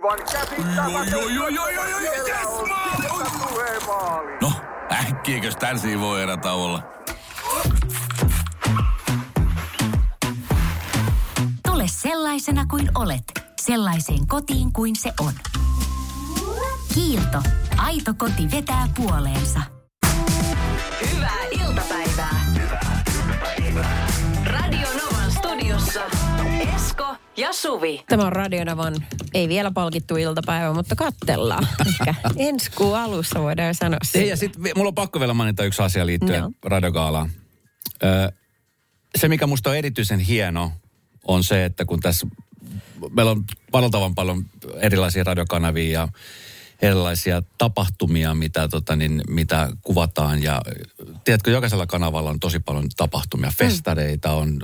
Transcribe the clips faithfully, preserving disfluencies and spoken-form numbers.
Aivan käsittämätöntä. No, äkkiäkös tän voi erätä olla? Tule sellaisena kuin olet, sellaiseen kotiin kuin se on. Kiilto. Aito koti vetää puoleensa. Hyvää iltapäivää. Hyvää iltapäivää. Radio Novan studiossa Esko ja Suvi. Tämä on Radio Novan ei vielä palkittu iltapäivä, mutta katsellaan. Ehkä ensi kuun alussa voidaan sanoa. Ei, ja sitten mulla on pakko vielä mainita yksi asia liittyen no. Radiogaalaan. Ö, se, mikä musta on erityisen hieno, on se, että kun tässä meillä on valtavan paljon erilaisia radiokanavia ja erilaisia tapahtumia, mitä, tota, niin, mitä kuvataan. Ja tiedätkö, jokaisella kanavalla on tosi paljon tapahtumia. Festareita on,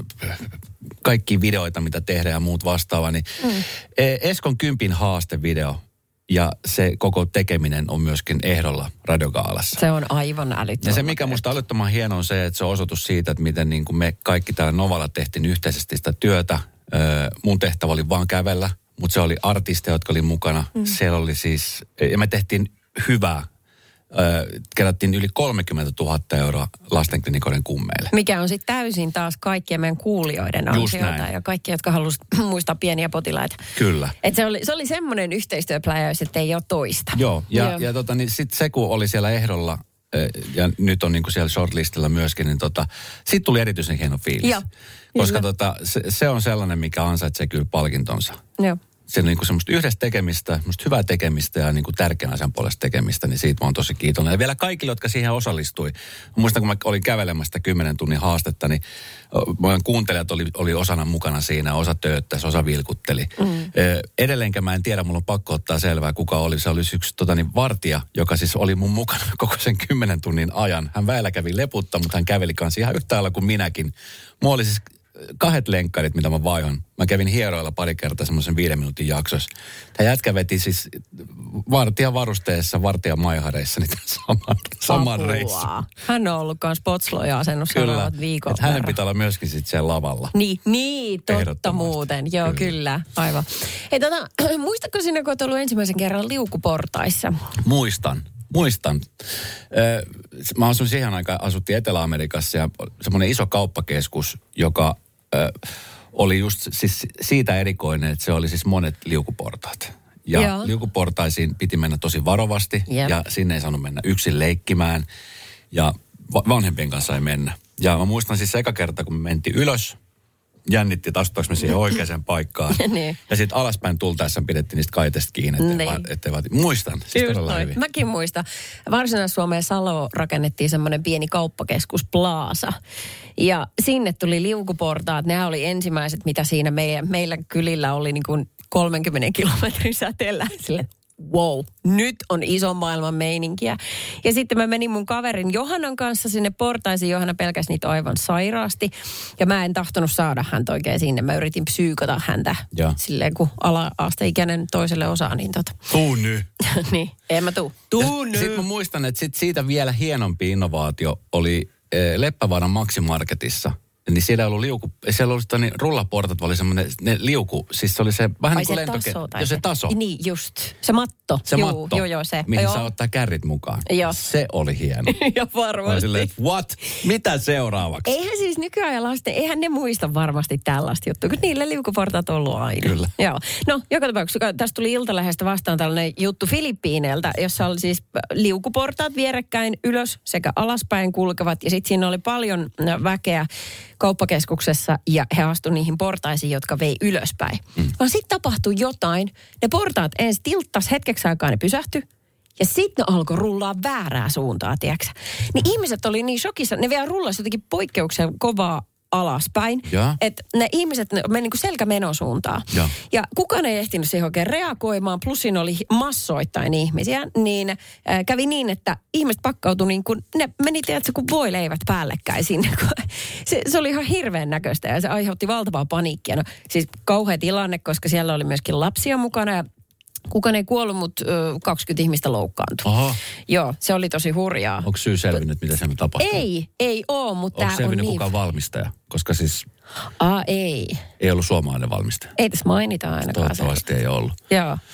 kaikki videoita, mitä tehdään ja muut vastaavaa. Niin mm. Eskon kympin haastevideo ja se koko tekeminen on myöskin ehdolla Radiogaalassa. Se on aivan älyttömän. Ja se, mikä musta älyttömän hieno on se, että se on osoitus siitä, että miten niin kuin me kaikki täällä Novalla tehtiin yhteisesti sitä työtä. Mun tehtävä oli vaan kävellä. Mutta se oli artisteja, jotka oli mukana. Mm. Siellä oli siis, ja me tehtiin hyvää. Kerättiin yli kolmekymmentätuhatta euroa lastenklinikoiden kummeille. Mikä on sitten täysin taas kaikkien meidän kuulijoiden ansiota ja kaikki, jotka halusivat muistaa pieniä potilaita. Kyllä. Et se oli, se oli semmoinen yhteistyöpläjäys, että ei ole toista. Joo, ja, Joo. ja tota, niin sitten se, kun oli siellä ehdolla, ja nyt on niinku siellä shortlistilla myöskin, niin tota, siitä tuli erityisen hieno fiilis. Joo. Koska tota, se, se on sellainen, mikä ansaitsee kyllä palkintonsa. Joo. Se on niinku semmoista yhdessä tekemistä, semmoista hyvää tekemistä ja niinku tärkeän asian puolesta tekemistä, niin siitä mä oon tosi kiitollinen. Ja vielä kaikille, jotka siihen osallistui. Muistan, kun mä olin kävelemästä kymmenen tunnin haastetta, niin monen kuuntelijat oli, oli osana mukana siinä, osa tööttäisi, osa vilkutteli. Mm. Edelleenkään mä en tiedä, mulla on pakko ottaa selvää, kuka oli. Se oli yksi tota, niin vartija, joka siis oli mun mukana koko sen kymmenen tunnin ajan. Hän väillä kävi leputta, mutta hän käveli kanssa ihan yhtä lailla kuin minäkin. Mulla oli siis kahdet lenkkarit, mitä mä vaihon. Mä kävin hieroilla pari kertaa semmoisen viiden minuutin jaksossa. Tämä jätkä veti siis vartijan varusteessa, vartijan maihareissa, niin saman, saman reissun. Hän on ollut myös Potsloja-asennossa olevat viikon verran. Hänen pitää olla myöskin sitten siellä lavalla. Niin, niin totta muuten. Joo, kyllä. kyllä. Aivan. Hei, tota, muistatko sinä, kun olet ollut ensimmäisen kerran liukuportaissa? Muistan. Muistan. Mä asuin siihen aikaan, asuttiin Etelä-Amerikassa ja semmoinen iso kauppakeskus, joka ö, oli just siis siitä erikoinen, että se oli siis monet liukuportaat. Ja Joo. liukuportaisiin piti mennä tosi varovasti yep. ja sinne ei saanut mennä yksin leikkimään ja va- vanhempien kanssa ei mennä. Ja mä muistan siis eka kerta, kun me mentiin ylös, jännitti, että astutaanko me siihen oikeaan paikkaan. niin. Ja sitten alaspäin tultaessa pidettiin niistä kaitesta kiinni, ettei, niin. va, ettei vaati. Muistan, siis todella hyvin. Mäkin muistan. Varsinais-Suomeen Saloon rakennettiin semmoinen pieni kauppakeskus Plaza. Ja sinne tuli liukuportaat. Nämä oli ensimmäiset, mitä siinä meidän, meillä kylillä oli niin kuin kolmenkymmenen kilometrin säteellä. Sille wow, nyt on iso maailman meininkiä. Ja sitten mä menin mun kaverin Johannan kanssa sinne portaisiin. Johanna pelkäsi niitä aivan sairaasti. Ja mä en tahtonut saada häntä oikein sinne. Mä yritin psyykata häntä ja. silleen, kun ala-asteikäinen toiselle osaa. Niin tota. Tuu nyt. niin, en mä tuu. Tuu nyt. Sitten mä muistan, että sit siitä vielä hienompi innovaatio oli eh, Leppävaaran Maximarketissa. Niin siellä oli liuku, siellä oli niin rullaportat, oli semmoinen, ne liuku, siis se oli se vähän Ai niin kuin lentoke... taso, jo se taso. Niin just, se matto. Se Juu, matto, joo, joo, se. mihin joo. saa ottaa kärrit mukaan. Joo. Se oli hieno. ja varmasti. Silleen, what? Mitä seuraavaksi? Eihän siis nykyään lasten, eihän ne muista varmasti tällaista juttua, kun niille liukuportaat on ollut aina. Kyllä. Joo. No, joka tapauksessa, tästä tuli Iltalehdestä vastaan tällainen juttu Filippiineiltä, jossa oli siis liukuportaat vierekkäin ylös sekä alaspäin kulkevat. Ja sitten siinä oli paljon väkeä kauppakeskuksessa ja he astuivat niihin portaisiin, jotka vei ylöspäin. Mm. Vaan sitten tapahtui jotain. Ne portaat ensin tilttas hetkeksi aikaa, ne pysähtyi. Ja sitten ne alkoi rullaa väärää suuntaa, tiedätkö? Niin ihmiset oli niin shokissa, ne vielä rullasi jotenkin poikkeuksen kovaa alaspäin. Että ne ihmiset ne meni niin kuin selkämenosuuntaan. Ja. ja kukaan ei ehtinyt siihen oikein reagoimaan, plus siinä oli massoittain ihmisiä, niin äh, kävi niin, että ihmiset pakkautui niin kuin, ne meni tiedätkö, kun voileivät päällekkäin sinne. se, se oli ihan hirveän näköistä ja se aiheutti valtavaa paniikkia. No, siis kauhea tilanne, koska siellä oli myöskin lapsia mukana ja kukaan ei kuollut, mutta ö, kaksikymmentä ihmistä loukkaantui. Aha. Joo, se oli tosi hurjaa. Onko syy selvinnyt, mitä siellä tapahtui? Ei, ei ole, mutta tämä on niin. Onko selvinnyt kukaan valmistaja? Koska siis... Aa, ei. Ei ollut suomalainen valmistaja. Ei tässä mainita ainakaan. Toivottavasti ei ollut. Joo.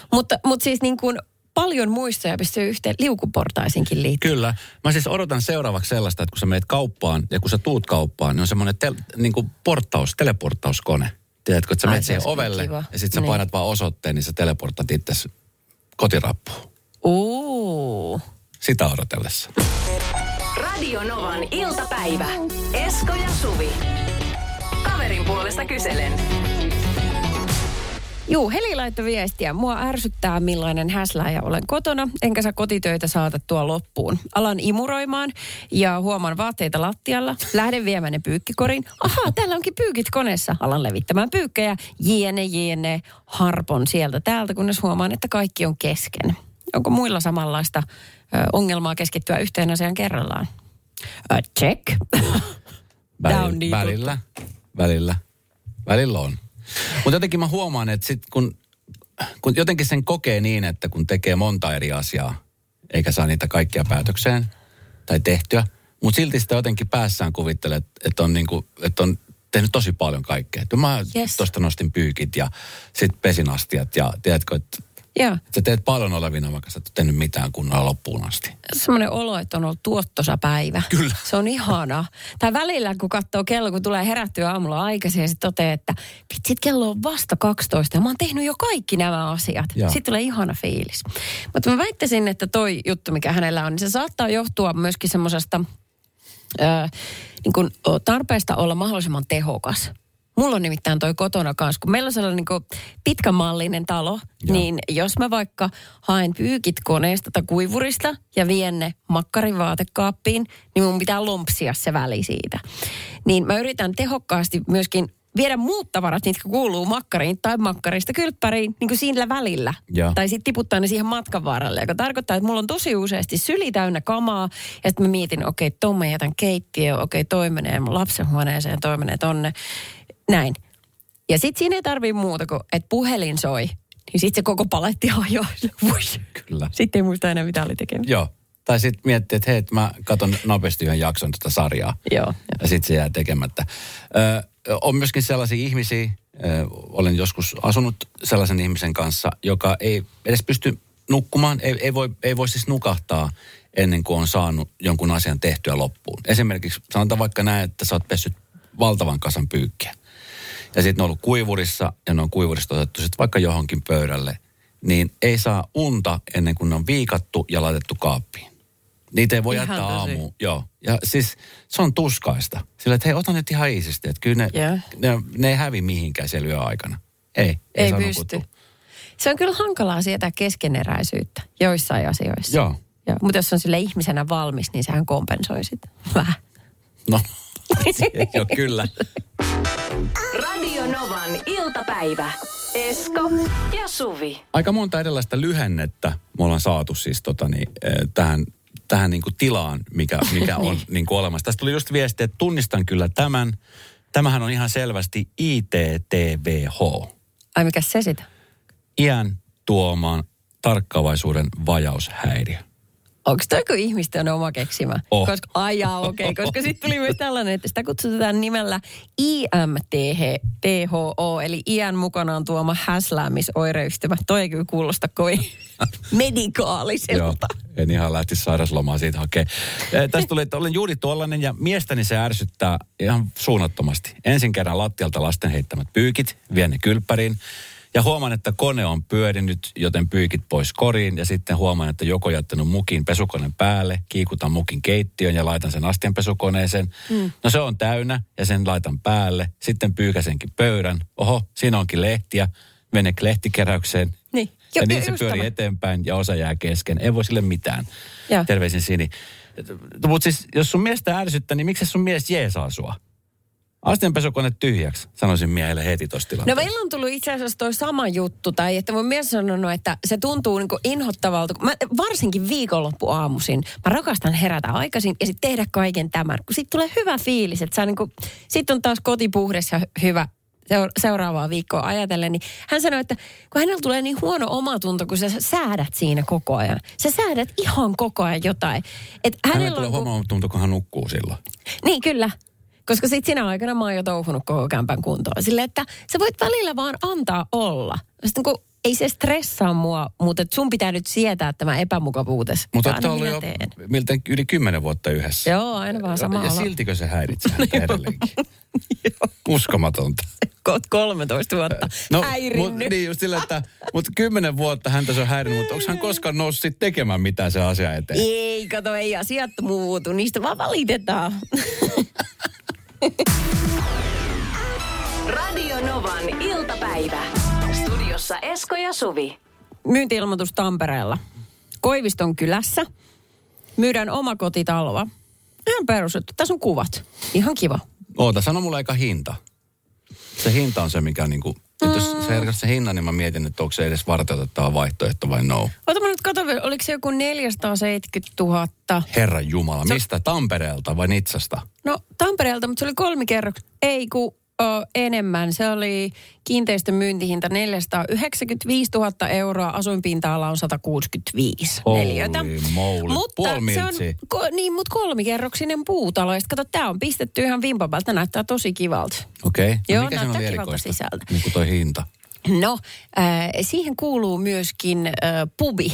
Mutta, mutta siis niin kuin paljon muistoja pystyy yhteen liukuportaisinkin liittyen. Kyllä. Mä siis odotan seuraavaksi sellaista, että kun sä meet kauppaan ja kun sä tuut kauppaan, niin on semmoinen tel, niin kuin portaus, teleporttauskone. Tiedätkö, että sä menet siihen ovelle kiva. Ja sit sä niin. painat vaan osoitteen, niin sä teleporttat itsesi kotirappuun. Uuu. Sitä odotellessa. Radio Novan iltapäivä. Esko ja Suvi. Kaverin puolesta kyselen. Juu, Heli laittoi viestiä. Mua ärsyttää, millainen häsläjä olen kotona, enkä saa kotitöitä saatettua loppuun. Alan imuroimaan ja huomaan vaatteita lattialla. Lähden viemään ne pyykkikoriin. Ahaa, täällä onkin pyykit koneessa. Alan levittämään pyykkejä. Jiene, jiene, harpon sieltä täältä, kunnes huomaan, että kaikki on kesken. Onko muilla samanlaista ö, ongelmaa keskittyä yhteen asiaan kerrallaan? Uh, check. Väl, niin välillä, välillä, välillä on. Mutta jotenkin mä huomaan, että sit kun, kun jotenkin sen kokee niin, että kun tekee monta eri asiaa, eikä saa niitä kaikkia päätökseen tai tehtyä, mutta silti sitä jotenkin päässään kuvittelee, että, että, on, niinku, että on tehnyt tosi paljon kaikkea. Mä yes. tuosta nostin pyykit ja sitten pesin astiat ja tiedätkö, että Joo. sä teet paljon olevina, vaikka sä et ole tehnyt mitään kunnolla loppuun asti. Semmoinen olo, että on ollut tuottosa päivä. Kyllä. Se on ihanaa. Tai välillä, kun katsoo kello, kun tulee herättyä aamulla aikaisin ja sitten toteaa, että vitsit, kello on vasta kaksitoista ja mä oon tehnyt jo kaikki nämä asiat. Joo. Sitten tulee ihana fiilis. Mutta mä väittäisin, että toi juttu, mikä hänellä on, niin se saattaa johtua myöskin semmoisesta niin kuin tarpeesta olla mahdollisimman tehokas. Mulla on nimittäin toi kotona kanssa, kun meillä on sellainen niin pitkämallinen talo, Joo. niin jos mä vaikka haen pyykit koneesta tai kuivurista ja vien ne makkarin vaatekaappiin, niin mun pitää lompsia se väli siitä. Niin mä yritän tehokkaasti myöskin viedä muut tavarat, mitkä kuuluu makkariin tai makkarista kylppäriin, niin kuin siinä välillä. Joo. Tai sitten tiputtaa ne siihen matkan varrelle, joka tarkoittaa, että mulla on tosi useasti syli täynnä kamaa, ja sitten mä mietin, okei, okay, ton mä jätän keittiöön, okei, okay, toi menee mun lapsenhuoneeseen, toi menee tonne. Näin. Ja sitten siinä ei tarvii muuta kuin, että puhelin soi, niin sitten se koko paletti hajoaa. Kyllä. Sitten ei muista enää, mitä oli tekemistä. Joo. Tai sitten miettii, että hei, mä katson nopeasti yhden jakson tätä sarjaa. Joo. Ja sitten se jää tekemättä. Ö, on myöskin sellaisia ihmisiä, ö, olen joskus asunut sellaisen ihmisen kanssa, joka ei edes pysty nukkumaan, ei, ei, voi, ei voi siis nukahtaa ennen kuin on saanut jonkun asian tehtyä loppuun. Esimerkiksi sanotaan vaikka näin, että sä oot pessyt valtavan kasan pyykkiä. Ja sitten ne on ollut kuivurissa ja ne on kuivurista otettu sitten vaikka johonkin pöydälle. Niin ei saa unta ennen kuin ne on viikattu ja laitettu kaappiin. Niitä ei voi ihan jättää aamuun. Joo. Ja siis se on tuskaista. Sillä että hei, ota nyt ihan iisisti. Että kyllä ne, yeah. ne, ne ei hävi mihinkään siellä yöaikana. Ei, ei, ei pysty. Nukuttua. Se on kyllä hankalaa sietää keskeneräisyyttä joissain asioissa. Joo. Joo. Mutta jos on sille ihmisenä valmis, niin sehän kompensoi sitä vähän. No, joo, kyllä. Radio Novan iltapäivä. Esko ja Suvi. Aika monta erilaista lyhennettä me ollaan saatu siis tota, niin, tähän, tähän niin kuin tilaan, mikä, mikä on niin kuin olemassa. Tästä tuli just viesti, että tunnistan kyllä tämän. Tämähän on ihan selvästi I T T V H. Ai mikä se sitä? Iän tuomaan tarkkaavaisuuden vajaushäiriö. Onko toi joku ihmisten oma keksimä? Oh. Koska, ai jaa, okei. Okay. Koska sitten tuli myös tällainen, että sitä kutsutaan nimellä I M T H O, eli iän mukanaan tuoma häsläämisoireyhtymä. Toi ei kyllä kuulosta kovin medikaaliselta. Joo, en ihan lähtisi sairaslomaa siitä hakemaan. Tästä tuli, että olen juuri tuollainen ja miestäni se ärsyttää ihan suunnattomasti. Ensin kerran lattialta lasten heittämät pyykit, vien ne kylppäriin. Ja huomaan, että kone on pyörinyt, joten pyykit pois koriin. Ja sitten huomaan, että joko jättänyt mukin pesukoneen päälle, kiikutan mukin keittiön ja laitan sen astianpesukoneeseen. Mm. No se on täynnä ja sen laitan päälle. Sitten pyykäsenkin pöydän. Oho, siinä onkin lehtiä. Mene lehtikeräykseen. Niin. Ja niin se pyörii eteenpäin ja osa jää kesken. Ei voi sille mitään. Ja. Terveisin Sini. Mutta siis, jos sun miestä ärsyttää, niin miksi sun mies jeesaa sua? Astianpesukone tyhjäksi, sanoisin miehelle heti tuossa tilanteessa. No meillä on tullut itse asiassa toi sama juttu, tai että mun mies on sanonut, että se tuntuu niinku inhottavalta. Mä, varsinkin viikonloppuaamuisin, mä rakastan herätä aikaisin ja sitten tehdä kaiken tämän. Kun sit tulee hyvä fiilis, että niinku, sit on taas koti puhdas ja hyvä seuraavaa viikkoa ajatellen. Niin hän sanoi, että kun hänellä tulee niin huono omatunto, kun sä säädät siinä koko ajan. Sä säädät ihan koko ajan jotain. Et hänellä tulee huono omatunto, kun hän nukkuu silloin. Niin, kyllä. Koska sit sinä aikana mä oon jo touhunut koko kämpän kuntoon. Silleen, että sä voit välillä vaan antaa olla. Sitten kun ei se stressaa mua, mutta sun pitää nyt sietää tämä epämukavuutes. Mutta olette ollut jo miltei yli kymmenen vuotta yhdessä. Joo, aina vaan sama Ja olo. siltikö se häiritsee häntä edelleenkin? Uskomatonta. Koot kolmetoista vuotta no, häirinnyt. Mut, niin just sillä, että mutta kymmenen vuotta häntä se on häirinnyt, mutta onko hän koskaan noussut sit tekemään mitään se asia eteen? Ei, kato, ei asiat muutu. Niistä vaan valitetaan. Radio Novan iltapäivä. Studiossa Esko ja Suvi. Myynti-ilmoitus Tampereella. Koiviston kylässä. Myydään omakotitaloa. Ihan perustettu. Tässä on kuvat. Ihan kiva. Oota, sano mulle aika hinta. Se hinta on se, mikä on niinku... Mm. Jos sä herkäät se hinnan, niin mä mietin, että onko se edes varteutettava vaihtoehto vai no. Ota mä nyt kato, oliko se joku neljäsataaseitsemänkymmentätuhatta? Herran Jumala, mistä? Tampereelta vai Nitsasta? No Tampereelta, mutta se oli kolmikerroks. Ei kun ö, enemmän. Se oli kiinteistön myyntihinta neljäsataayhdeksänkymmentäviisituhatta euroa. Asuinpinta-ala on sata kuusikymmentäviisi neliötä. Holy moly, mutta se on, ko, niin, mutta kolmikerroksinen puutalo. Ja kato, tää on pistetty ihan vimpan päältä. Näyttää tosi kivalta. Okei. Okay. Joo, no mikä näyttää se kivalta erikoista? sisältä. Niin kuin toi hinta. No, äh, siihen kuuluu myöskin äh, pubi.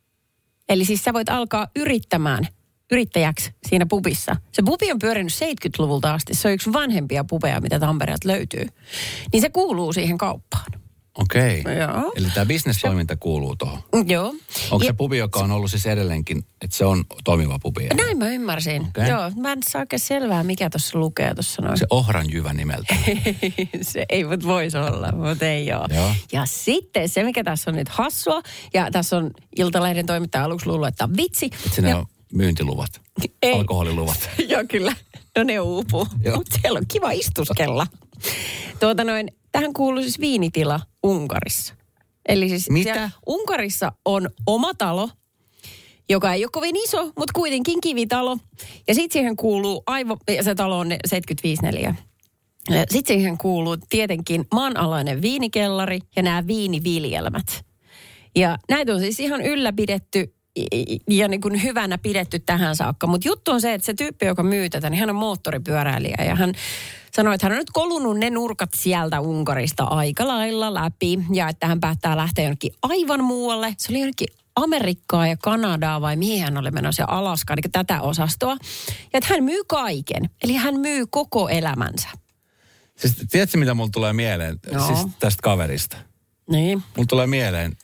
Eli siis sä voit alkaa yrittämään yrittäjäksi siinä pubissa. Se pubi on pyörinyt seitsemänkymmentäluvulta asti. Se on yksi vanhempia pubeja, mitä Tampereelta löytyy. Niin se kuuluu siihen kauppaan. Okei. Okay. Joo. Eli tämä bisnestoiminta kuuluu tuohon. Joo. Onko ja, se pubi, joka on ollut siis edelleenkin, että se on toimiva pubi? Näin mä ymmärsin. Okay. Joo, mä en saa oikein selvää, mikä tuossa lukee tuossa noin. Se ohranjyvä nimeltä. Se ei, mutta voisi olla, mutta ei ole. Joo. Ja sitten se, mikä tässä on nyt hassua, ja tässä on Iltalehden toimittaja aluksi luullut, että on vitsi. Että siinä ja, on myyntiluvat, ei. alkoholiluvat. Joo, kyllä. No ne uupuu. Mutta siellä on kiva istuskella. Tuota noin, tähän kuuluu siis viinitila Unkarissa. Eli siis mitä? Unkarissa on oma talo, joka ei ole kovin iso, mutta kuitenkin kivitalo. Ja sitten siihen kuuluu aivan, se talo on seitsemänkymmentäviisi neliötä. Sitten siihen kuuluu tietenkin maanalainen viinikellari ja nämä viiniviljelmät. Ja näitä on siis ihan ylläpidetty ja niin kuin hyvänä pidetty tähän saakka. Mutta juttu on se, että se tyyppi, joka myy tätä, niin hän on moottoripyöräilijä. Ja hän sanoi, että hän on nyt kolunut ne nurkat sieltä Unkarista aika lailla läpi. Ja että hän päättää lähteä jonnekin aivan muualle. Se oli jonnekin Amerikkaa ja Kanadaa vai mihin hän oli menossa ja Alaskaan, niin tätä osastoa. Ja että hän myy kaiken. Eli hän myy koko elämänsä. Siis tiedätkö, mitä mulla tulee mieleen no. siis tästä kaverista? Niin. Mulla tulee mieleen...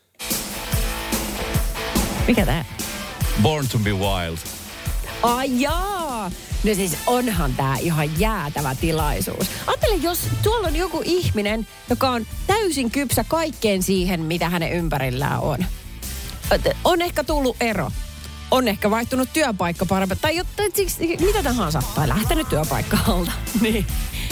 Mikä tää? Born to be wild. Ai jaa! No siis onhan tää ihan jäätävä tilaisuus. Ajattele, jos tuolla on joku ihminen, joka on täysin kypsä kaikkeen siihen, mitä hänen ympärillään on. On ehkä tullut ero. On ehkä vaihtunut työpaikka paremmin. Tai jotain, mitä tahansa. Tai lähtenyt työpaikka-alta. Niin.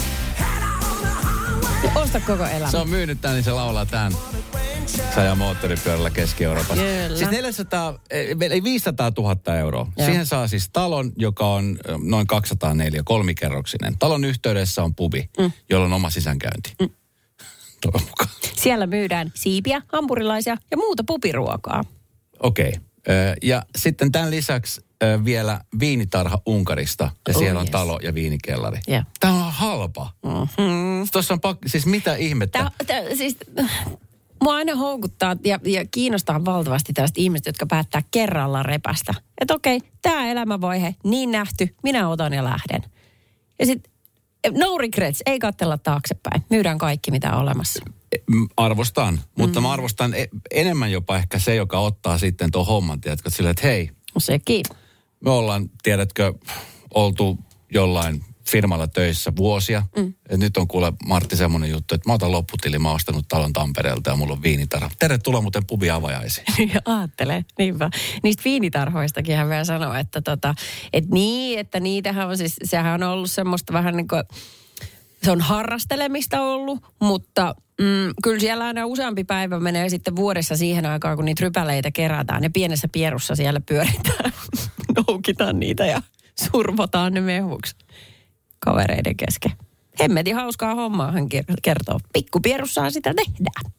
Osta koko elämä. Se on myynyt tämän, niin se laulaa tämän. Se ajaa moottoripyörällä Keski-Euroopassa. Kyllä. Siis neljäsataa, ei viisisataatuhatta euroa. Joo. Siihen saa siis talon, joka on noin kaksisataaneljä, kolmikerroksinen. Talon yhteydessä on pubi, mm. jolla on oma sisäänkäynti. Mm. Toivon mukaan. Siellä myydään siipiä, hampurilaisia ja muuta pubiruokaa. Okei. Okay. Ja sitten tämän lisäksi vielä viinitarha Unkarista. Ja oh, siellä on yes. talo ja viinikellari. Yeah. Tämä on halpa. Mm-hmm. Tuossa on pak- siis mitä ihmettä? Tää, tää, siis, mua aina houkuttaa ja, ja kiinnostaa valtavasti tällaiset ihmiset, jotka päättää kerralla repästä. Että okei, okay, tämä elämänvaihe, niin nähty, minä otan ja lähden. Ja sitten no regrets, ei katsella taaksepäin. Myydään kaikki, mitä on olemassa. Arvostan, mutta mm. mä arvostan enemmän jopa ehkä se, joka ottaa sitten tuon homman, tiedätkö, silleen, että hei. Sekin. Me ollaan, tiedätkö, oltu jollain firmalla töissä vuosia. Mm. Ja nyt on kuule Martti semmoinen juttu, että mä otan lopputili, mä oon ostanut talon Tampereelta ja mulla on viinitarha. Tervetuloa muuten pubi avajaisiin. Aattele, niinpä. Niistä viinitarhoistakin hän vielä sanoo, että tota, et niin, että niitähän on siis, sehän on ollut semmoista vähän niin kuin, se on harrastelemista ollut, mutta mm, kyllä siellä aina useampi päivä menee sitten vuodessa siihen aikaan, kun niitä rypäleitä kerätään ja pienessä pierussa siellä pyöritään, noukitaan niitä ja survotaan ne mehuksi kavereiden kesken. Hemmetin hauskaa hommaa hän kertoo. Pikkupierussahan sitä tehdään.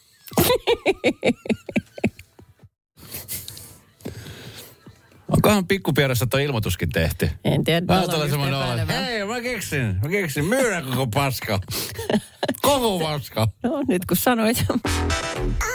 Onkohan pikkupierrossa tuo ilmoituskin tehty? En tiedä. Mä olen semmoinen olla, hei mä keksin, mä keksin, myydään koko paska. Koko paska. No nyt kun sanoit.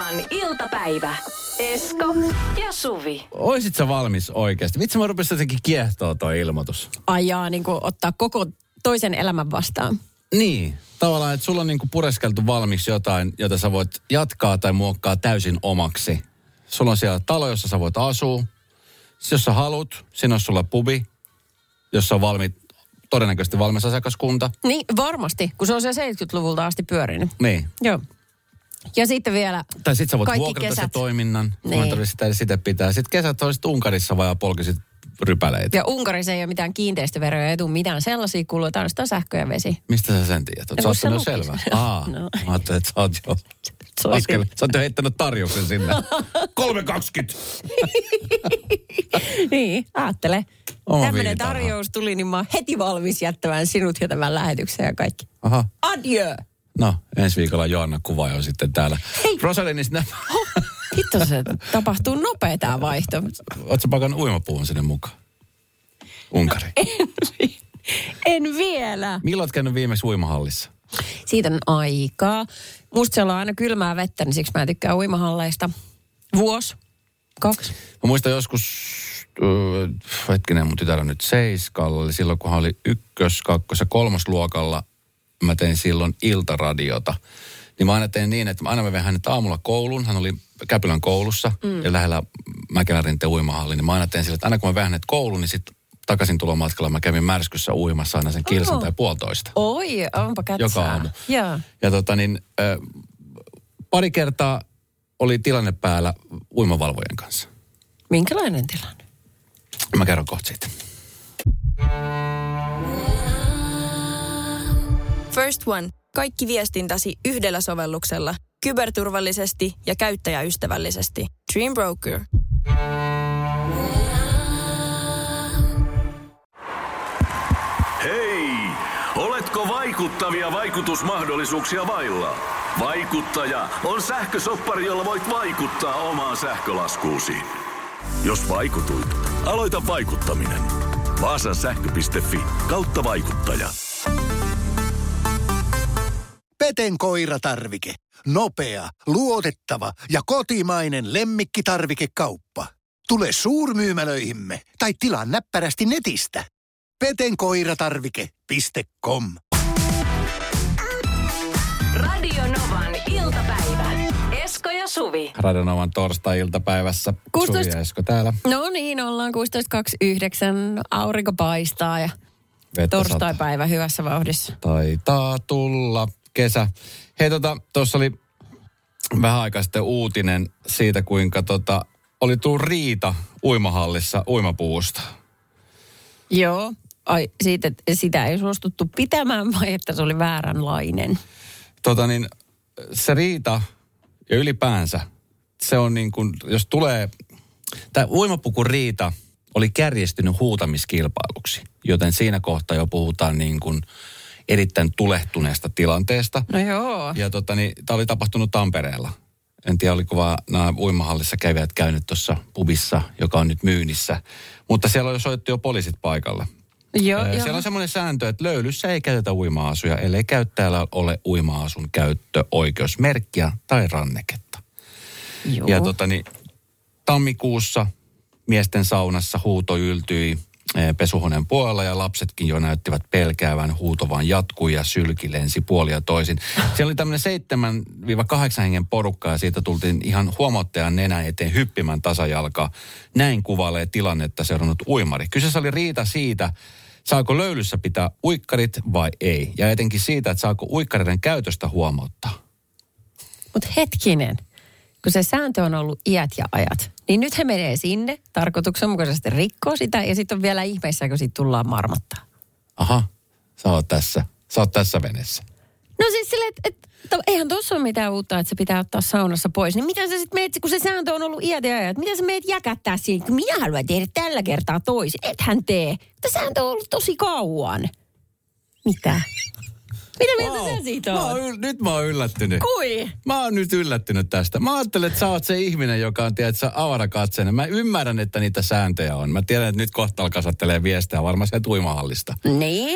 Novan iltapäivä. Esko ja Suvi. Oisit sä valmis oikeasti? Vitsi, mä rupesin jotenkin kiehtoo toi ilmoitus. Ajaa, niin kuin ottaa koko toisen elämän vastaan. Niin, tavallaan, että sulla on niinku pureskeltu valmiiksi jotain, jota sä voit jatkaa tai muokkaa täysin omaksi. Sulla on siellä talo, jossa sä voit asua. Jos sä haluat, siinä on sulla pubi, jossa on valmiit, todennäköisesti valmis asiakaskunta. Niin, varmasti, kun se on se seitsemänkymmentäluvulta asti pyörinyt. Niin. Joo. Ja sitten vielä tai sit sä voit kaikki vuokrata kesät. se toiminnan. Niin. Mä en tarvitse sitä edes sitä pitää. Sitten kesät olisit Unkarissa vai polkisit rypäleitä. Ja Unkarissa ei ole mitään kiinteistöveroja, ei tule mitään sellaisia kuluja, ainoastaan sähkö ja vesi. Mistä sä sen tiedät? Oot sä ottanut selvää? Aa, No. mä ajattelin, että sä oot jo askel. Sä oot jo heittänyt tarjouksen sinne. kolme kaksikymmentä Niin, ajattele. Oma Tämmöinen viitana. tarjous tuli, niin mä oon heti valmis jättämään sinut ja tämän lähetyksen ja kaikki. Aha. Adieu! No, ensi viikolla Joanna kuvaa jo sitten täällä. Hei. Rosalinista, Hitto se tapahtuu nopea tää vaihto. oot sä pakannut uimapuun sinne mukaan? Unkari. En, en vielä. Milloin oot käynyt viimeksi uimahallissa? Siitä on aikaa. Musta siellä on aina kylmää vettä, niin siksi mä tykkään uimahalleista. Vuosi, kaksi. Mä muistan joskus, äh, hetkinen, mun tytär on nyt seiskalla, eli silloin kun hän oli ykkös-, kakkos- ja kolmosluokalla, mä tein silloin iltaradiota. Niin mä aina tein niin, että mä aina mä vein hänet aamulla kouluun. Hän oli Käpylän koulussa mm. ja lähellä Mäkelärinteen uimahalli. Niin mä aina tein sille, että aina kun mä vein hänet kouluun, niin sitten takaisin tulomatkalla mä kävin Märskyssä uimassa aina sen kilsan Oho. tai puolitoista. Oi, onpa kätsää. Joka aamu. Joo. Ja tota niin, äh, pari kertaa oli tilanne päällä uimavalvojen kanssa. Minkälainen tilanne? Mä kerron kohta siitä. First One. Kaikki viestintäsi yhdellä sovelluksella. Kyberturvallisesti ja käyttäjäystävällisesti. Dream Broker. Hei! Oletko vaikuttavia vaikutusmahdollisuuksia vailla? Vaikuttaja on sähkösoppari, jolla voit vaikuttaa omaan sähkölaskuusi. Jos vaikutuit, aloita vaikuttaminen. Vaasan sähkö piste fi kautta vaikuttaja. Peten koiratarvike. Nopea, luotettava ja kotimainen lemmikkitarvikekauppa. Tule suurmyymälöihimme tai tilaa näppärästi netistä. peten koiratarvike piste com. Radio Novan iltapäivä. Esko ja Suvi. Radionovan torstai-iltapäivässä. kuusitoista Suvi ja Esko täällä. No niin, ollaan kuusitoista kaksikymmentäyhdeksän, aurinko paistaa ja Vettä torstaipäivä hyvässä vauhdissa. Taitaa tulla kesä. Hei tota, tuossa oli vähän aikaa sitten uutinen siitä, kuinka tota, oli tullut riita uimahallissa uimapuusta. Joo, ai siitä, että sitä ei suostuttu pitämään vai että se oli vääränlainen? Tota niin, se riita ja ylipäänsä, se on niin kuin, jos tulee, tämä uimapuku riita oli kärjistynyt huutamiskilpailuksi, joten siinä kohtaa jo puhutaan niin kuin erittäin tulehtuneesta tilanteesta. No joo. Ja tota niin, tämä oli tapahtunut Tampereella. En tiedä, oliko vaan nämä uimahallissa kävijät käynyt tuossa pubissa, joka on nyt myynnissä. Mutta siellä on jo soittu jo poliisit paikalla. Joo, Ee, joo. siellä on semmoinen sääntö, että löylyssä ei käytetä uima-asuja, ellei käyttäjällä ole uima-asun käyttöoikeusmerkkiä tai ranneketta. Joo. Ja tota niin, tammikuussa miesten saunassa huuto yltyi eh, pesuhuoneen puolella ja lapsetkin jo näyttivät pelkäävän, huuto vaan jatkui ja sylki lensi puolia ja toisin. Siellä oli tämmöinen seitsemän kahdeksan hengen porukka ja siitä tultiin ihan huomattajan nenän eteen hyppimään tasajalkaa. Näin kuvailee tilannetta seurannut uimari. Kyseessä oli riita siitä, saako löylyssä pitää uikkarit vai ei. Ja etenkin siitä, että saako uikkareiden käytöstä huomauttaa. Mutta hetkinen, kun se sääntö on ollut iät ja ajat, niin nyt he menee sinne, tarkoituksenmukaisesti rikkoo sitä ja sitten on vielä ihmeissä, kun siitä tullaan marmottaa. Aha, sä oot tässä, sä oot tässä veneessä. No siis silleen, että et, eihän tuossa ole mitään uutta, että se pitää ottaa saunassa pois. Niin mitä sä sitten meet, kun se sääntö on ollut iät ja ajat, mitä sä meet jäkättää siinä, kun minä haluan tehdä tällä kertaa toisin. Ethän tee. Tämä sääntö on ollut tosi kauan. Mitä? Mitä mieltä Wow. sä siitä Mä oot? oon, yl- nyt mä oon yllättynyt. Kui? Mä oon nyt yllättynyt tästä. Mä ajattelen, että sä oot se ihminen, joka on, tiedätkö, avarakatseinen. Mä ymmärrän, että niitä sääntöjä on. Mä tiedän, että nyt kohta alkaa sattelee viestejä varmaan sieltä uimahallista. Niin?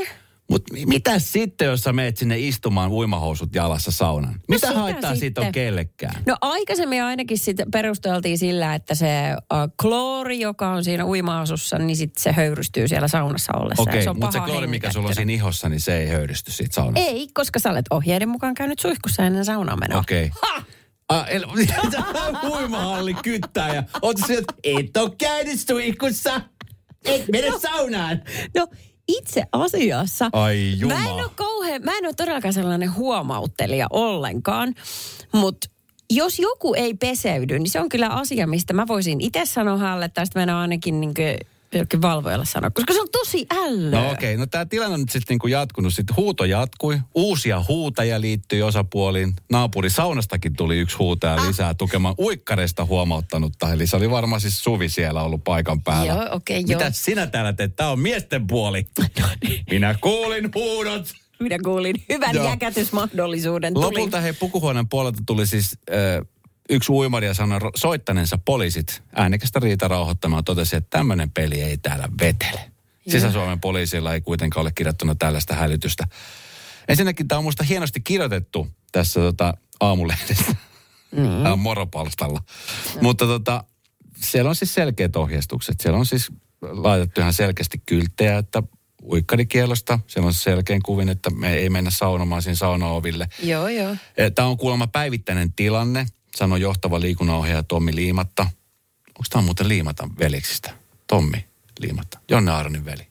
Mutta mitä sitten, jos sä meet sinne istumaan uimahousut jalassa saunan? Mitä sitä haittaa sitten. siitä on kellekään? No aikaisemmin ainakin sit perusteltiin sillä, että se uh, kloori, joka on siinä uimahousussa, niin sitten se höyrystyy siellä saunassa ollessa. Okei, se mutta se kloori, mikä sulla on siinä ihossa, niin se ei höyrysty siitä saunassa. Ei, koska sä olet ohjeiden mukaan käynyt suihkussa ennen saunaan menoa. Okei. Okay. Ah, el... uimahalli kyttää ja oot sä sieltä, et oo käynyt suihkussa, et mene saunaan. No itse asiassa Ai juma. mä en ole kauhean, mä en ole todellakaan sellainen huomauttelija ollenkaan, mutta jos joku ei peseydy, niin se on kyllä asia, mistä mä voisin itse sanoa hänelle, tai sitten mennä ainakin niin kuin valvojalle sanoa, koska se on tosi ällöä. No okei, okay. No tämä tilanne on nyt sitten niinku jatkunut. Sitten huuto jatkui. Uusia huutajia liittyi osapuoliin. Naapuri saunastakin tuli yksi huutaja ah. lisää tukemaan uikkareista huomauttanutta. Eli se oli varmaan siis Suvi siellä ollut paikan päällä. Joo, okei, okay, joo. Mitä sinä täällä teet? Tämä on miesten puoli. Minä kuulin huudot. Minä kuulin hyvän joo. jäkätysmahdollisuuden. Tuli. Lopulta hei pukuhuoneen puolelta tuli siis... Äh, Yksi uimari ja sanoi soittaneensa poliisit äänekästä riita rauhoittamaan totesi, että tämmöinen peli ei täällä vetele. Sisä-Suomen poliisilla ei kuitenkaan ole kirjoittuna tällaista hälytystä. Ensinnäkin tämä on musta hienosti kirjoitettu tässä tota, aamulehdessä. Mm. Tämä on moropalstalla. Mm. Mutta tota, siellä on siis selkeät ohjeistukset. Siellä on siis laitettu ihan selkeästi kylttejä, että uikkarikielosta. Siellä on selkeän kuvin, että me ei mennä saunomaan siinä saunaoville. Joo, joo. Tämä on kuulemma päivittäinen tilanne. Sanoi johtava liikunnanohjaaja Tommi Liimatta. Onko tämä muuten Liimatan veljeksistä? Tommi Liimatta. Jonne Aaronin veli.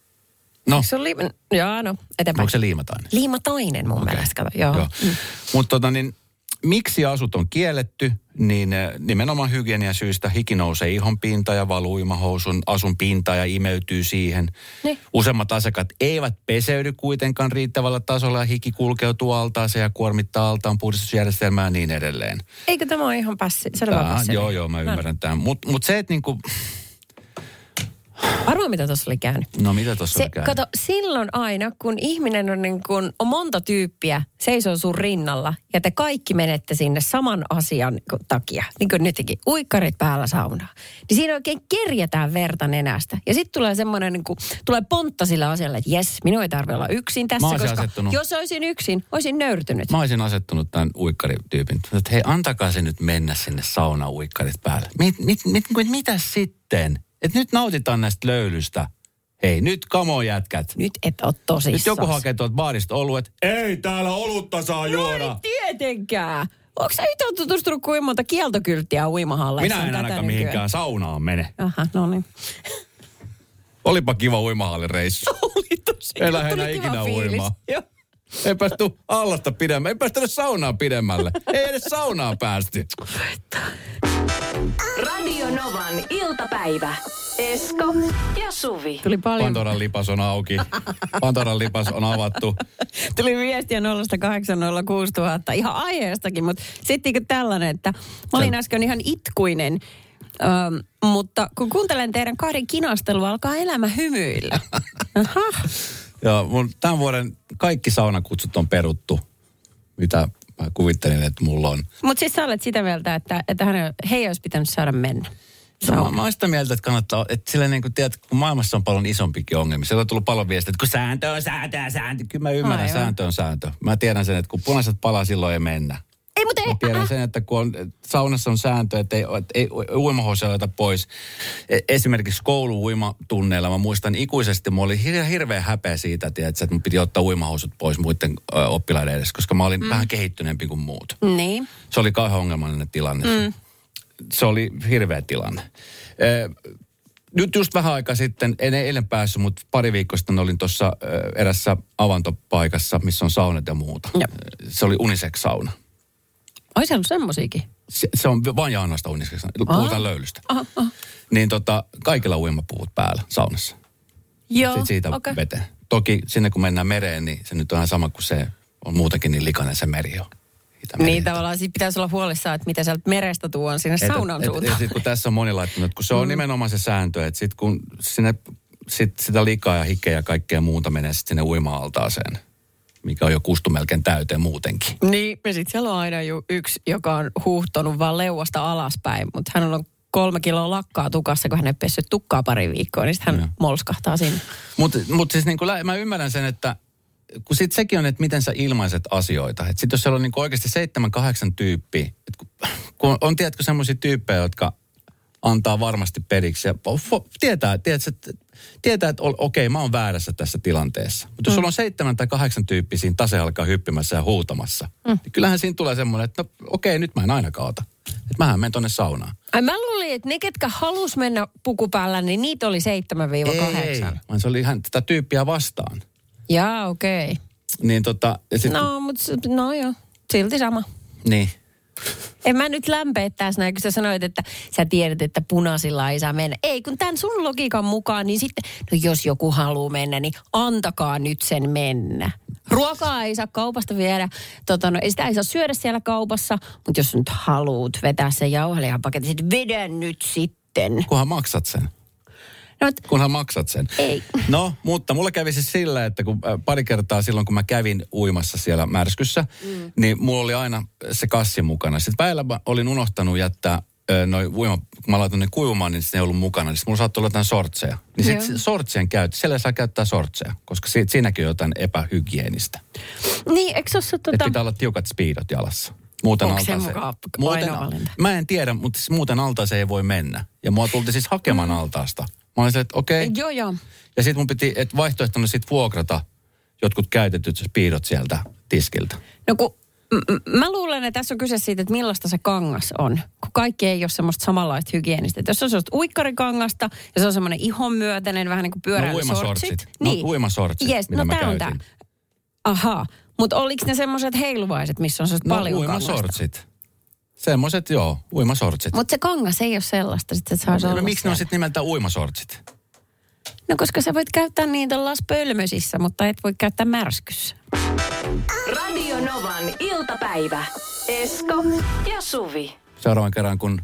No. Se on liima... Joo, no, eteenpäin. Onko se Liimatainen? Liimatainen mun okay. mielestä, kato. Joo. Joo. Mm. Mutta tota niin, miksi asut on kielletty, niin nimenomaan hygieniasyistä hiki nousee ihon pinta ja valuu uimahousun asun pinta ja imeytyy siihen. Ne. Useimmat asiakkaat eivät peseydy kuitenkaan riittävällä tasolla ja hiki kulkeutuu altaaseen ja kuormittaa altaan puhdistusjärjestelmää ja niin edelleen. Eikö tämä ole ihan passi? Tää, joo, joo, mä ymmärrän no. tämän. Mutta mut se, että niinku... Arvoa, mitä tuossa oli käynyt. No, mitä tuossa oli käynyt? Kato, silloin aina, kun ihminen on niin kuin, on monta tyyppiä, seisoo sun rinnalla, ja te kaikki menette sinne saman asian takia, niin kuin nytkin, uikkarit päällä saunaa, niin siinä oikein kerjätään verta nenästä. Ja sitten tulee semmoinen, niin kuin, tulee pontta sillä asialla, että jes, minun ei tarvitse olla yksin tässä, koska asettunut. Jos olisin yksin, olisin nöyrtynyt. Mä olisin asettunut tämän uikkarityypin, että hei, antakaa se nyt mennä sinne sauna uikkarit päälle. Mit, mit, mit, mit, mitä sitten? Että nyt nautitaan näistä löylystä. Hei, nyt kamo jätkät. Nyt et ole tosissaan. Nyt joku hakee tuolta baarista oluet. Ei, täällä olutta saa juoda. No ei tietenkään. Onko sä yhtä tutustunut kuin monta kieltokylttiä uimahalleissa? Minä en ainakaan mihinkään saunaan mene. Aha, no niin. Olipa kiva uimahallireissu. Oli tosi. Ei lähde enää ikinä uimaan. Joo. Ei päästy allasta pidemmälle. Ei päästy edes saunaan pidemmälle. Ei edes saunaan päästy. Radio Novan iltapäivä. Esko ja Suvi. Tuli paljon. Pandoran lipas on auki. Pandoran lipas on avattu. Tuli viestiä nolla kahdeksan nolla kuusi nolla nolla nolla ihan aiheestakin, mutta sittenkö tällainen, että mä olin äsken ihan itkuinen, ähm, mutta kun kuuntelen teidän kahden kinastelua, alkaa elämä hymyillä. Aha. Joo, mun tämän vuoden kaikki saunakutsut on peruttu, mitä mä kuvittelin, että mulla on. Mutta siis sä olet sitä mieltä, että, että hän, he ei olisi pitänyt saada mennä. No, mä, mä oon sitä mieltä, että kannattaa, että sillä niin kuin tiedät, kun maailmassa on paljon isompikin ongelmia. Siellä on tullut paljon viestiä, että kun sääntö on sääntö ja sääntö. Kyllä mä ymmärrän, Aivan. sääntö on sääntö. Mä tiedän sen, että kun punaiset palaa, silloin ei mennä. Ei, mutta ei. Mä tiedän sen, että kun on, saunassa on sääntö, että ei, että ei uimahousuja laita pois. Esimerkiksi koulu-uimatunneilla mä muistan ikuisesti, mulla oli hirveän hirveä häpeä siitä, tiedät, että mun piti ottaa uimahousut pois muiden ö, oppilaiden edessä, koska mä olin mm. vähän kehittyneempi kuin muut. Niin. Se oli kauhean ongelmallinen tilanne. Mm. Se oli hirveä tilanne. Eh, nyt just vähän aikaa sitten, en eilen päässyt, mutta pari viikkoa sitten olin tuossa eh, erässä avantopaikassa, missä on saunat ja muuta. Ja. Se oli unisex-sauna. Ai se on semmosiakin? Se, se on vain ja ainoastaan unisex. Puhutaan löylystä. Aha, aha. Niin tota, kaikilla uimapuvut päällä saunassa. Joo, sitten siitä okay. veteen. Toki sinne kun mennään mereen, niin se nyt on ihan sama kuin se on muutenkin niin likainen se meri on. Niin tavallaan siitä pitäisi olla huolissaan, että mitä sieltä merestä tuon sinne et, saunan et, suuntaan. Et, et, kun tässä on moni laittanut, kun se on mm. nimenomaan se sääntö, että sitten kun sinne, sit, sitä likaa ja hikeä ja kaikkea muuta menee sitten sinne uima-altaaseen, mikä on jo kustu melkein täyteen muutenkin. Niin, ja sitten siellä on aina yksi, joka on huuhtonut vaan leuasta alaspäin, mutta hän on kolme kiloa lakkaa tukassa, kun hän ei pessyt tukkaa pari viikkoa, niin sitten hän ja. molskahtaa sinne. Mutta mut siis niin kuin, mä ymmärrän sen, että kun sit sekin on, että miten sä ilmaiset asioita. Että sit jos siellä on niinku oikeasti seitsemän, kahdeksan tyyppiä, kun, kun on, tiedätkö, semmoisia tyyppejä, jotka antaa varmasti periksi ja tietää, tiedätkö, että, tietää, että okei, mä oon väärässä tässä tilanteessa. Mutta jos mm. sulla on seitsemän tai kahdeksan tyyppiä siinä tase alkaa hyppimässä ja huutamassa, mm. niin kyllähän siinä tulee semmoinen, että no okei, nyt mä en ainakaan ota. Että mähän menen tonne saunaan. Ai mä luulin, että ne, ketkä halus mennä pukupäällä, niin niitä oli seitsemän kahdeksan. Ei, vaan se oli ihan tätä tyyppiä vastaan. Jaa, okei. Okay. Niin tota... Sit... No, mutta no joo, silti sama. Niin. En mä nyt lämpeittäisi näin, kun sä sanoit, että sä tiedät, että punaisilla ei saa mennä. Ei, kun tämän sun logiikan mukaan, niin sitten, no jos joku haluaa mennä, niin antakaa nyt sen mennä. Ruokaa ei saa kaupasta viedä, tota, no, sitä ei saa syödä siellä kaupassa, mutta jos nyt haluut vetää sen jauhelihapaketin, sitten vedä nyt sitten. Kunhan maksat sen. No, et, Kunhan maksat sen. Ei. No, mutta mulla kävi siis sillä, että kun äh, pari kertaa silloin, kun mä kävin uimassa siellä märskyssä, mm. niin mulla oli aina se kassi mukana. Sitten päivällä mä olin unohtanut jättää äh, noin uima, kun mä laitoin ne kuivumaan, niin se ei ollut mukana. Niin sitten mulla saattoi olla jotain sortseja. Niin sitten sortsien käyttö, siellä ei saa käyttää sortseja, koska si- siinäkin on jotain epähygienistä. Niin, eikö se ole tota... Että pitää olla tiukat speedot jalassa. Muuten onko se mukaan muuten, mä en tiedä, mutta siis muuten altaaseen ei voi mennä. Ja mua tultiin siis hakemaan mm. altaasta. Mä olin se, että okei. Okay. Joo, joo. Ja sitten mun piti, että vaihtoehtona sitten vuokrata jotkut käytetyt speedot sieltä tiskiltä. No kun m- mä luulen, että tässä on kyse siitä, että millaista se kangas on. Kun kaikki ei ole semmoista samanlaista hygienistä. Että jos on semmoista uikkarikangasta ja se on semmoinen ihonmyötäinen, vähän niin kuin pyöräilysortsit. No niin. No uimasortsit, yes, mitä no, mä käytin. Tämä. Ahaa. Mutta oliko ne semmoiset heiluvaiset, missä on semmoista no, paljon kangasta? No uimasortsit. Semmoiset, joo, uimasortsit. Mutta se kangas ei ole sellaista, että saa no, no, miksi ne on sitten nimeltä uimasortsit? No koska sä voit käyttää niitä laspölmösissä, mutta et voi käyttää märskyssä. Radio Novan iltapäivä. Esko ja Suvi. Seuraavan kerran, kun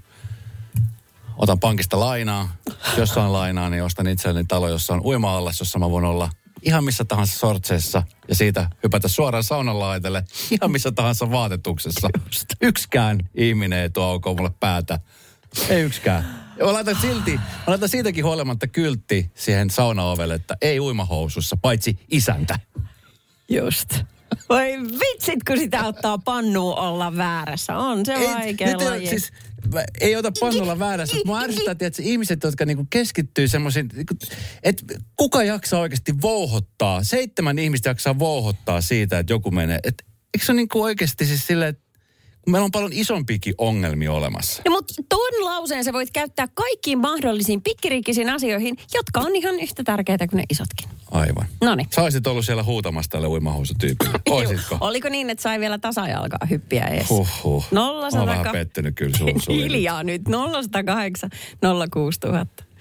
otan pankista lainaa, jos saan lainaa, niin ostan itselleni talo, jossa on uima-allas, jossa mä voin olla ihan missä tahansa sortseissa ja siitä hypätä suoraan saunan laitelle ihan missä tahansa vaatetuksessa. Just. Yksikään ihminen ei tuo aukoa mulle päätä. Ei yksikään. Mä laitan silti, mä laitan siitäkin huolimatta kyltti siihen saunaovelle, että ei uimahousussa, paitsi isäntä. Just. Voi vitsit, kun sitä ottaa pannuun olla väärässä. On se vaikea laji. Siis, ei ota pannulla väärässä. Mä ärsytän, että ihmiset, jotka niinku keskittyy semmoisiin, että kuka jaksaa oikeasti vouhottaa? Seitsemän ihmistä jaksaa vouhottaa siitä, että joku menee. Et, eikö se ole niinku oikeasti siis silleen, että meillä on paljon isompiakin ongelmia olemassa. No mutta tuon lauseen sä voit käyttää kaikkiin mahdollisiin pikkiriikkisiin asioihin, jotka on ihan yhtä tärkeitä kuin ne isotkin. Aivan. Noniin. Sä olisit ollut siellä huutamassa tälle uimahousutyypille. Oisitko? Oliko niin, että sai vielä tasajalkaa hyppiä ees? Huhhuh. nolla Mä oon vähän pettynyt kyllä sun Hiljaa nyt. nolla yksi nolla kahdeksan nolla kuusi nolla nolla nolla.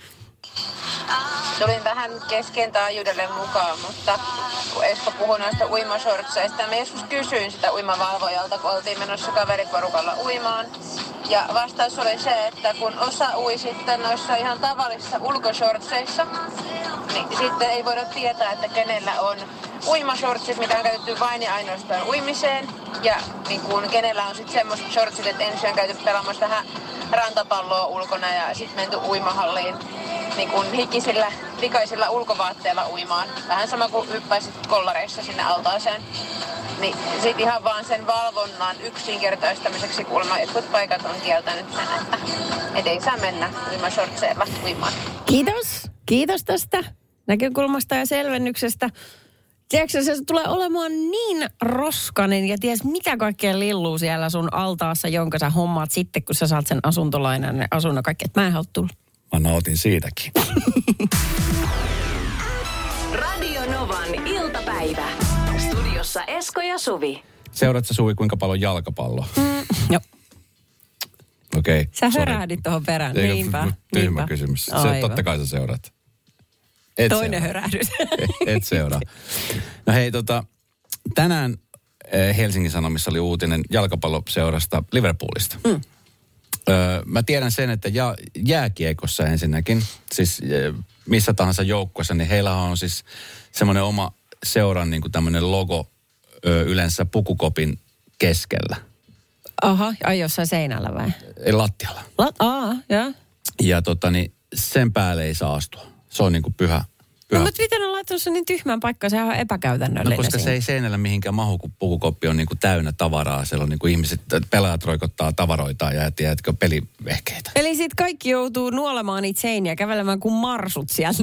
Tulin vähän kesken taajuudelle mukaan, mutta kun Esko puhui noista uimasortseista, mä joskus kysyin sitä uimavalvojalta, kun oltiin menossa kaveriporukalla uimaan. Ja vastaus oli se, että kun osa ui sitten noissa ihan tavallisissa ulkoshortseissa, niin sitten ei voida tietää, että kenellä on uimashortsit, mitä on käytetty vain ja ainoastaan uimiseen. Ja niin kun, kenellä on sitten semmoiset shortsit, että ensin on käytetty pelaamassa vähän rantapalloa ulkona ja sitten menty uimahalliin niin kun hikisillä, likaisilla ulkovaatteilla uimaan. Vähän sama kuin hyppäisit kollareissa sinne altaaseen. Niin sit ihan vaan sen valvonnan yksinkertaistamiseksi kuulemma jotkut paikat on kieltänyt sen, että et ei saa mennä uimashortseilla uimaan. Kiitos. Kiitos tästä näkökulmasta ja selvennyksestä. Tiedätkö, se tulee olemaan niin roskanen ja ties mitä kaikkea lilluu siellä sun altaassa, jonka sä hommaat sitten, kun sä saat sen asuntolainan ja asunnon kaikki. Että mä en halua tulla. Mä nautin siitäkin. Radio Novan iltapäivä. Studiossa Esko ja Suvi. Seuraatko Suvi kuinka paljon jalkapalloa? Mm, joo. Okei. Okay, sä hörähdit tuohon perään. Eikö, niinpä. Tyhmä niinpä. kysymys. Se, totta kai sä seuraat. Et Toinen seuraa. hörähdys. Et seuraa. No hei, tota, tänään Helsingin Sanomissa oli uutinen jalkapalloseurasta Liverpoolista. Mm. Öö, mä tiedän sen, että ja, jääkiekossa ensinnäkin, siis missä tahansa joukkueessa, niin heillä on siis semmoinen oma seuran niin kuin tämmöinen logo ö, yleensä pukukopin keskellä. Aha, ai jossain seinällä vai? Ei, lattialla. Lat, aa, joo. Ja tota niin, sen päälle ei saa astua. Se on niin kuin pyhä, No, mutta miten on laittanut sen niin tyhmään paikkaan? Sehän on epäkäytännöllinen. No, koska siinä. se ei seinällä mihinkään mahu, kun pukukoppi on niin kuin täynnä tavaraa. Siellä on niin kuin ihmiset, pelaajat roikottaa tavaroitaan ja tiedätkö, pelivehkeitä. Eli sit kaikki joutuu nuolemaan niitä seiniä, kävelemään kuin marsut sieltä.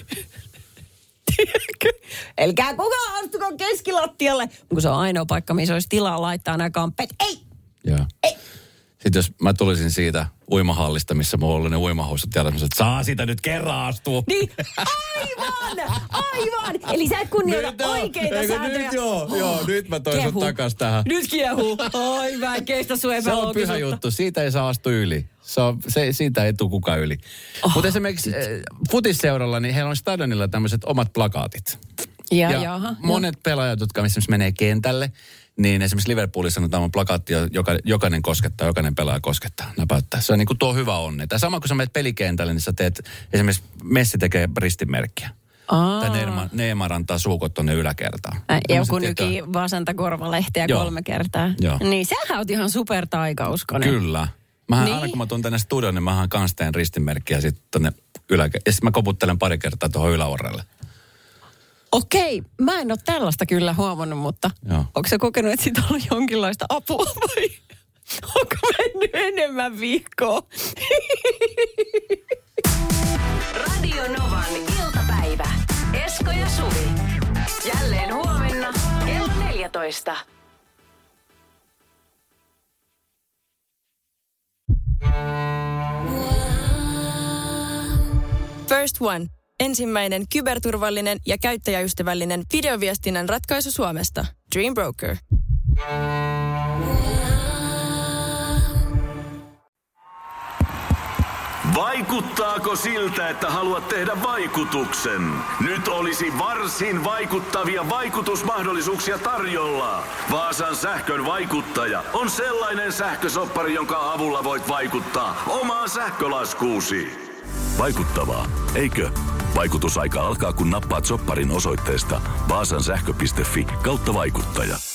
Elkää kukaan astuko keskilattialle. Kun se on ainoa paikka, missä olisi tilaa laittaa nämä kamppeet. Ei! Joo. Ei! Sitten jos mä tulisin siitä uimahallista, missä mulla oli ne uimahousut, tiedän, että saa sitä nyt kerran astua. Niin, aivan, aivan. Eli sä et kunnioita oikeita eikö sääntöjä. Nyt joo, joo, nyt mä toin sut takas tähän. Nyt kiehuu. Oi, mä en kestä sun epäloogisuutta. Se on pyhä juttu, siitä ei saa astua yli. Se on, se, siitä ei tule kukaan yli. Oh. Mutta esimerkiksi äh, futisseuralla, niin heillä on stadionilla tämmöiset omat plakaatit. Ja, ja jaha, monet jo. pelaajat, jotka esimerkiksi menee kentälle, niin esimerkiksi Liverpoolissa on tämä plakaatti, joka jokainen koskettaa, jokainen pelaaja koskettaa, näpäyttää. Se on niin kuin tuo hyvä onni. Tai sama kun sä menet pelikentälle, niin sä teet, esimerkiksi Messi tekee ristimerkkiä. Aa. Tai Neymar, Neymar antaa suukot tuonne yläkertaan. Äh, joku nyki vasenta korvalehteä Joo. kolme kertaa. Joo. Niin sähän oot ihan super taikauskonen. Kyllä. Mähän niin. aina kun mä tuun tänne studioon, niin mähän kans teen ristimerkkiä sitten tonne yläkertaan. Ja sitten mä koputtelen pari kertaa tuohon yläorrelle. Okei, mä en ole tällaista kyllä huomannut, mutta Joo. onko sä kokenut, että siitä on ollut jonkinlaista apua vai onko mennyt enemmän viikkoa? Radio Novan iltapäivä. Esko ja Suvi. Jälleen huomenna kello neljätoista. First One. Ensimmäinen kyberturvallinen ja käyttäjäystävällinen videoviestinnän ratkaisu Suomesta. Dream Broker. Vaikuttaako siltä, että haluat tehdä vaikutuksen? Nyt olisi varsin vaikuttavia vaikutusmahdollisuuksia tarjolla. Vaasan sähkön vaikuttaja on sellainen sähkösoppari, jonka avulla voit vaikuttaa omaan sähkölaskuusi. Vaikuttavaa, eikö? Vaikutusaika alkaa, kun nappaat sopparin osoitteesta vaasansähkö piste fi kautta vaikuttaja.